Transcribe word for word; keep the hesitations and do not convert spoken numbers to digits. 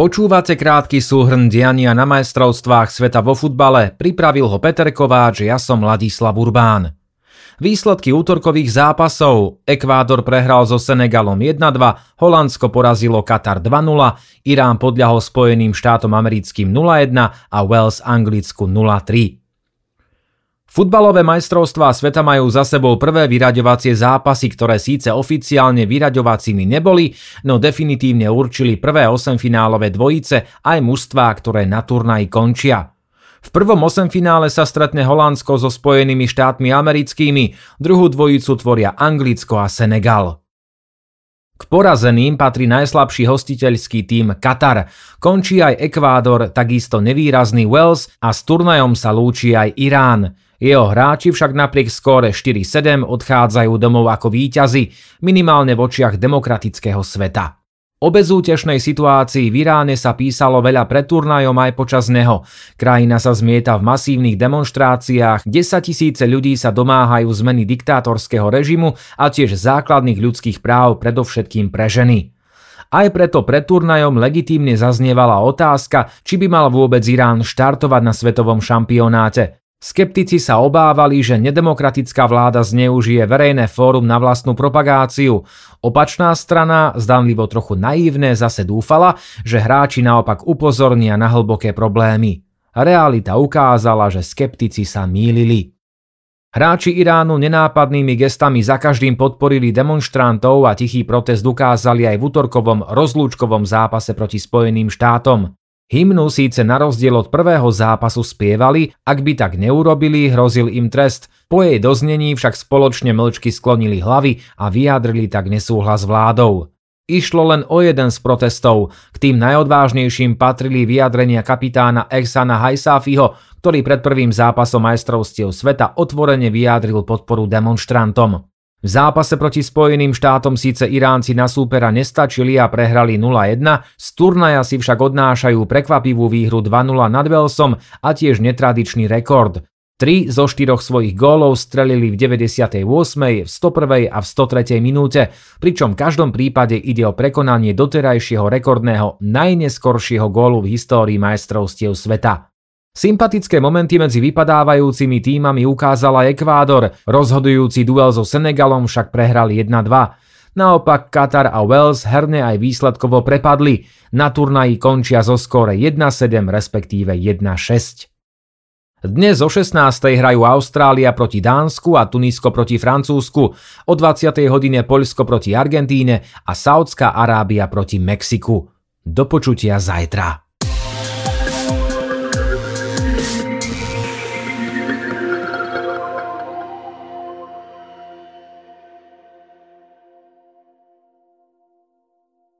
Počúvate krátky súhrn diania na majstrovstvách sveta vo futbale, pripravil ho Peter Kováč, ja som Ladislav Urbán. Výsledky útorkových zápasov: Ekvádor prehral so Senegalom jeden dva, Holandsko porazilo Katar dva nula, Irán podľahol Spojeným štátom americkým nula jeden a Wales Anglicku nula tri. Futbalové majstrovstvá sveta majú za sebou prvé vyraďovacie zápasy, ktoré síce oficiálne vyraďovacími neboli, no definitívne určili prvé osemfinálové dvojice aj mužstvá, ktoré na turnaji končia. V prvom osemfinále sa stretne Holandsko so Spojenými štátmi americkými, druhú dvojicu tvoria Anglicko a Senegal. K porazeným patrí najslabší hostiteľský tím Katar, končí aj Ekvádor, takisto nevýrazný Wales a s turnajom sa lúči aj Irán. Jeho hráči však napriek skóre štyri sedem odchádzajú domov ako víťazi, minimálne v očiach demokratického sveta. O bezútešnej situácii v Iráne sa písalo veľa pred turnajom aj počas neho. Krajina sa zmieta v masívnych demonštráciách, desaťtisíce ľudí sa domáhajú zmeny diktátorského režimu a tiež základných ľudských práv, predovšetkým pre ženy. Aj preto pred turnajom legitímne zaznievala otázka, či by mal vôbec Irán štartovať na svetovom šampionáte. Skeptici sa obávali, že nedemokratická vláda zneužije verejné fórum na vlastnú propagáciu. Opačná strana, zdanlivo trochu naivné, zase dúfala, že hráči naopak upozornia na hlboké problémy. Realita ukázala, že skeptici sa mýlili. Hráči Iránu nenápadnými gestami za každým podporili demonštrantov a tichý protest ukázali aj v útorkovom rozlúčkovom zápase proti Spojeným štátom. Hymnu síce na rozdiel od prvého zápasu spievali, ak by tak neurobili, hrozil im trest. Po jej doznení však spoločne mlčky sklonili hlavy a vyjadrili tak nesúhlas s vládou. Išlo len o jeden z protestov. K tým najodvážnejším patrili vyjadrenia kapitána Ehsana Hajsáfiho, ktorý pred prvým zápasom majstrovstiev sveta otvorene vyjadril podporu demonštrantom. V zápase proti Spojeným štátom síce Iránci na súpera nestačili a prehrali nula jeden, z turnaja si však odnášajú prekvapivú výhru dva nula nad Walesom a tiež netradičný rekord. Tri zo štyroch svojich gólov strelili v deväťdesiatej ôsmej, v stopprvej a v stotretej minúte, pričom v každom prípade ide o prekonanie doterajšieho rekordného najneskoršieho gólu v histórii majstrovstiev sveta. Sympatické momenty medzi vypadávajúcimi tímami ukázal aj Ekvádor, rozhodujúci duel so Senegalom však prehrali jeden dva. Naopak Katar a Wales herne aj výsledkovo prepadli, na turnaji končia zo skóre jeden sedem respektíve jeden šesť. Dnes o šestnástej hrajú Austrália proti Dánsku a Tunisko proti Francúzsku, o dvadsiatej hodine Poľsko proti Argentíne a Saudská Arábia proti Mexiku. Do počutia zajtra.